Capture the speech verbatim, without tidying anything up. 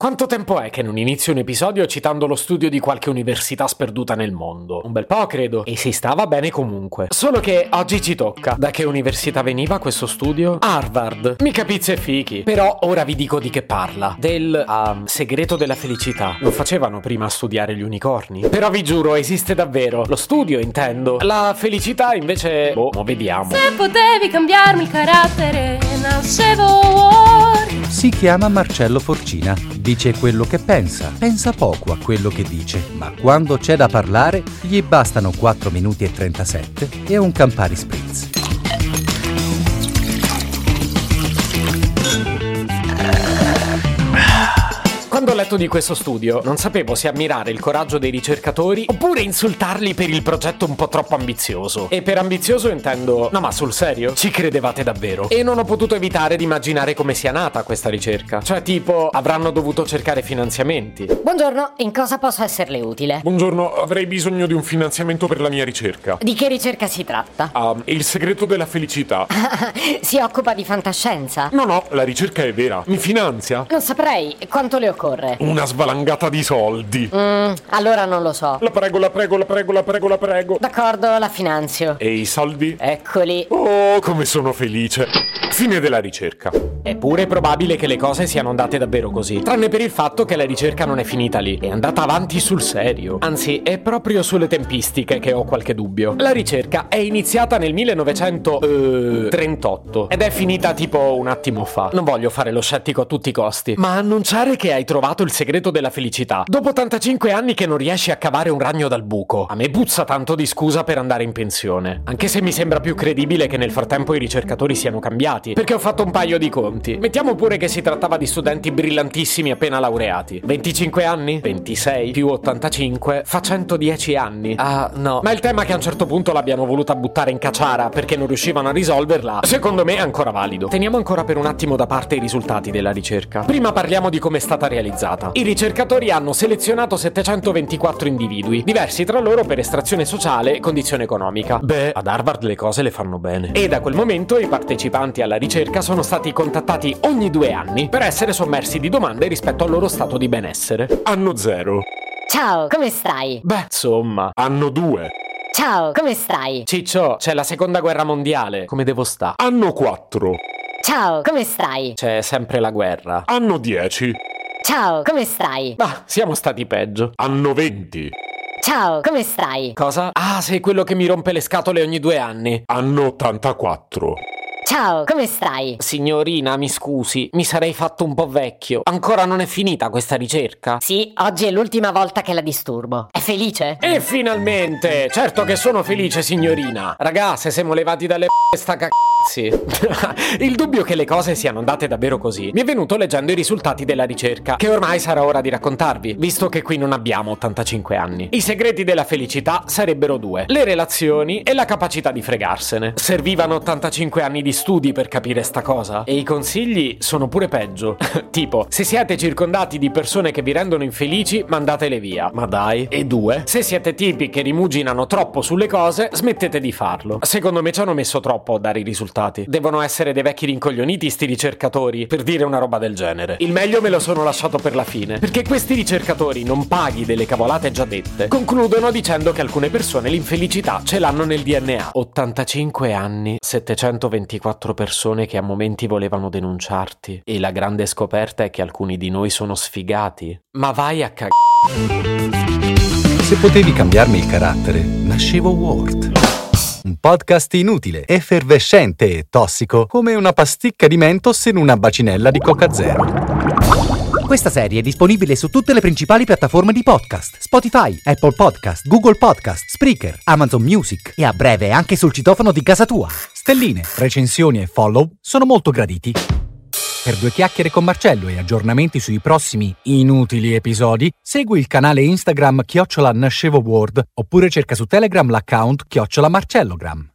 Quanto tempo è che non inizio un episodio citando lo studio di qualche università sperduta nel mondo? Un bel po', credo. E si stava bene comunque. Solo che oggi ci tocca. Da che università veniva questo studio? Harvard. Mica pizze e fichi. Però ora vi dico di che parla. Del um, segreto della felicità. Lo facevano prima a studiare gli unicorni. Però vi giuro, esiste davvero. Lo studio, intendo. La felicità invece... Boh, mo vediamo. Se potevi cambiarmi il carattere, nascevo ora. Si chiama Marcello Forcina. Dice quello che pensa, pensa poco a quello che dice, ma quando c'è da parlare gli bastano quattro minuti e trentasette e un Campari Spritz. Quando ho letto di questo studio, non sapevo se ammirare il coraggio dei ricercatori oppure insultarli per il progetto un po' troppo ambizioso. E per ambizioso intendo... No, ma sul serio? Ci credevate davvero? E non ho potuto evitare di immaginare come sia nata questa ricerca. Cioè, tipo, avranno dovuto cercare finanziamenti. Buongiorno, in cosa posso esserle utile? Buongiorno, avrei bisogno di un finanziamento per la mia ricerca. Di che ricerca si tratta? Um, il segreto della felicità. Si occupa di fantascienza? No, no, la ricerca è vera. Mi finanzia? Non saprei. Quanto le occorre? Una svalangata di soldi. Mm, allora non lo so. La prego, la prego, la prego, la prego, la prego. D'accordo, la finanzio. E i soldi? Eccoli. Oh, come sono felice. Fine della ricerca. È pure probabile che le cose siano andate davvero così, tranne per il fatto che la ricerca non è finita lì, è andata avanti sul serio. Anzi, è proprio sulle tempistiche che ho qualche dubbio. La ricerca è iniziata nel millenovecentotrentotto ed è finita tipo un attimo fa. Non voglio fare lo scettico a tutti i costi, ma annunciare che hai trovato il segreto della felicità dopo ottantacinque anni che non riesci a cavare un ragno dal buco, a me puzza tanto di scusa per andare in pensione. Anche se mi sembra più credibile che nel frattempo i ricercatori siano cambiati, perché ho fatto un paio di conti. Mettiamo pure che si trattava di studenti brillantissimi appena laureati. venticinque anni? ventisei più ottantacinque fa centodieci anni. Ah, no. Ma il tema che a un certo punto l'abbiano voluta buttare in caciara perché non riuscivano a risolverla, secondo me è ancora valido. Teniamo ancora per un attimo da parte i risultati della ricerca. Prima parliamo di come è stata realizzata. I ricercatori hanno selezionato settecentoventiquattro individui, diversi tra loro per estrazione sociale e condizione economica. Beh, ad Harvard le cose le fanno bene. E da quel momento i partecipanti alla ricerca sono stati contattati ogni due anni per essere sommersi di domande rispetto al loro stato di benessere. Anno zero. Ciao, come stai? Beh, insomma. Anno due. Ciao, come stai? Ciccio, c'è la seconda guerra mondiale. Come devo sta? Anno quattro. Ciao, come stai? C'è sempre la guerra. Anno dieci. Ciao, come stai? Bah, siamo stati peggio. Anno venti. Ciao, come stai? Cosa? Ah, sei quello che mi rompe le scatole ogni due anni. Anno ottantaquattro. Ciao, come stai? Signorina, mi scusi, mi sarei fatto un po' vecchio. Ancora non è finita questa ricerca? Sì, oggi è l'ultima volta che la disturbo. È felice? E finalmente! Certo che sono felice, signorina. Ragà, se siamo levati dalle p***e sta cazzi. Il dubbio che le cose siano andate davvero così mi è venuto leggendo i risultati della ricerca, che ormai sarà ora di raccontarvi, visto che qui non abbiamo ottantacinque anni. I segreti della felicità sarebbero due: le relazioni e la capacità di fregarsene. Servivano ottantacinque anni di studi per capire sta cosa, e i consigli sono pure peggio. Tipo, se siete circondati di persone che vi rendono infelici, mandatele via. Ma dai. E due, se siete tipi che rimuginano troppo sulle cose, smettete di farlo. Secondo me ci hanno messo troppo a dare i risultati. Devono essere dei vecchi rincoglioniti sti ricercatori per dire una roba del genere. Il meglio me lo sono lasciato per la fine, perché questi ricercatori, non paghi delle cavolate già dette, concludono dicendo che alcune persone l'infelicità ce l'hanno nel D N A. ottantacinque anni, settecentoventiquattro persone che a momenti volevano denunciarti, e la grande scoperta è che alcuni di noi sono sfigati. Ma vai a cag... Se potevi cambiarmi il carattere, nascevo Word. Un podcast inutile, effervescente e tossico, come una pasticca di Mentos in una bacinella di Coca Zero. Questa serie è disponibile su tutte le principali piattaforme di podcast: Spotify, Apple Podcast, Google Podcast, Spreaker, Amazon Music e a breve anche sul citofono di casa tua. Stelline, recensioni e follow sono molto graditi. Per due chiacchiere con Marcello e aggiornamenti sui prossimi inutili episodi, segui il canale Instagram chiocciola Nascevo Word oppure cerca su Telegram l'account chiocciola Marcellogram.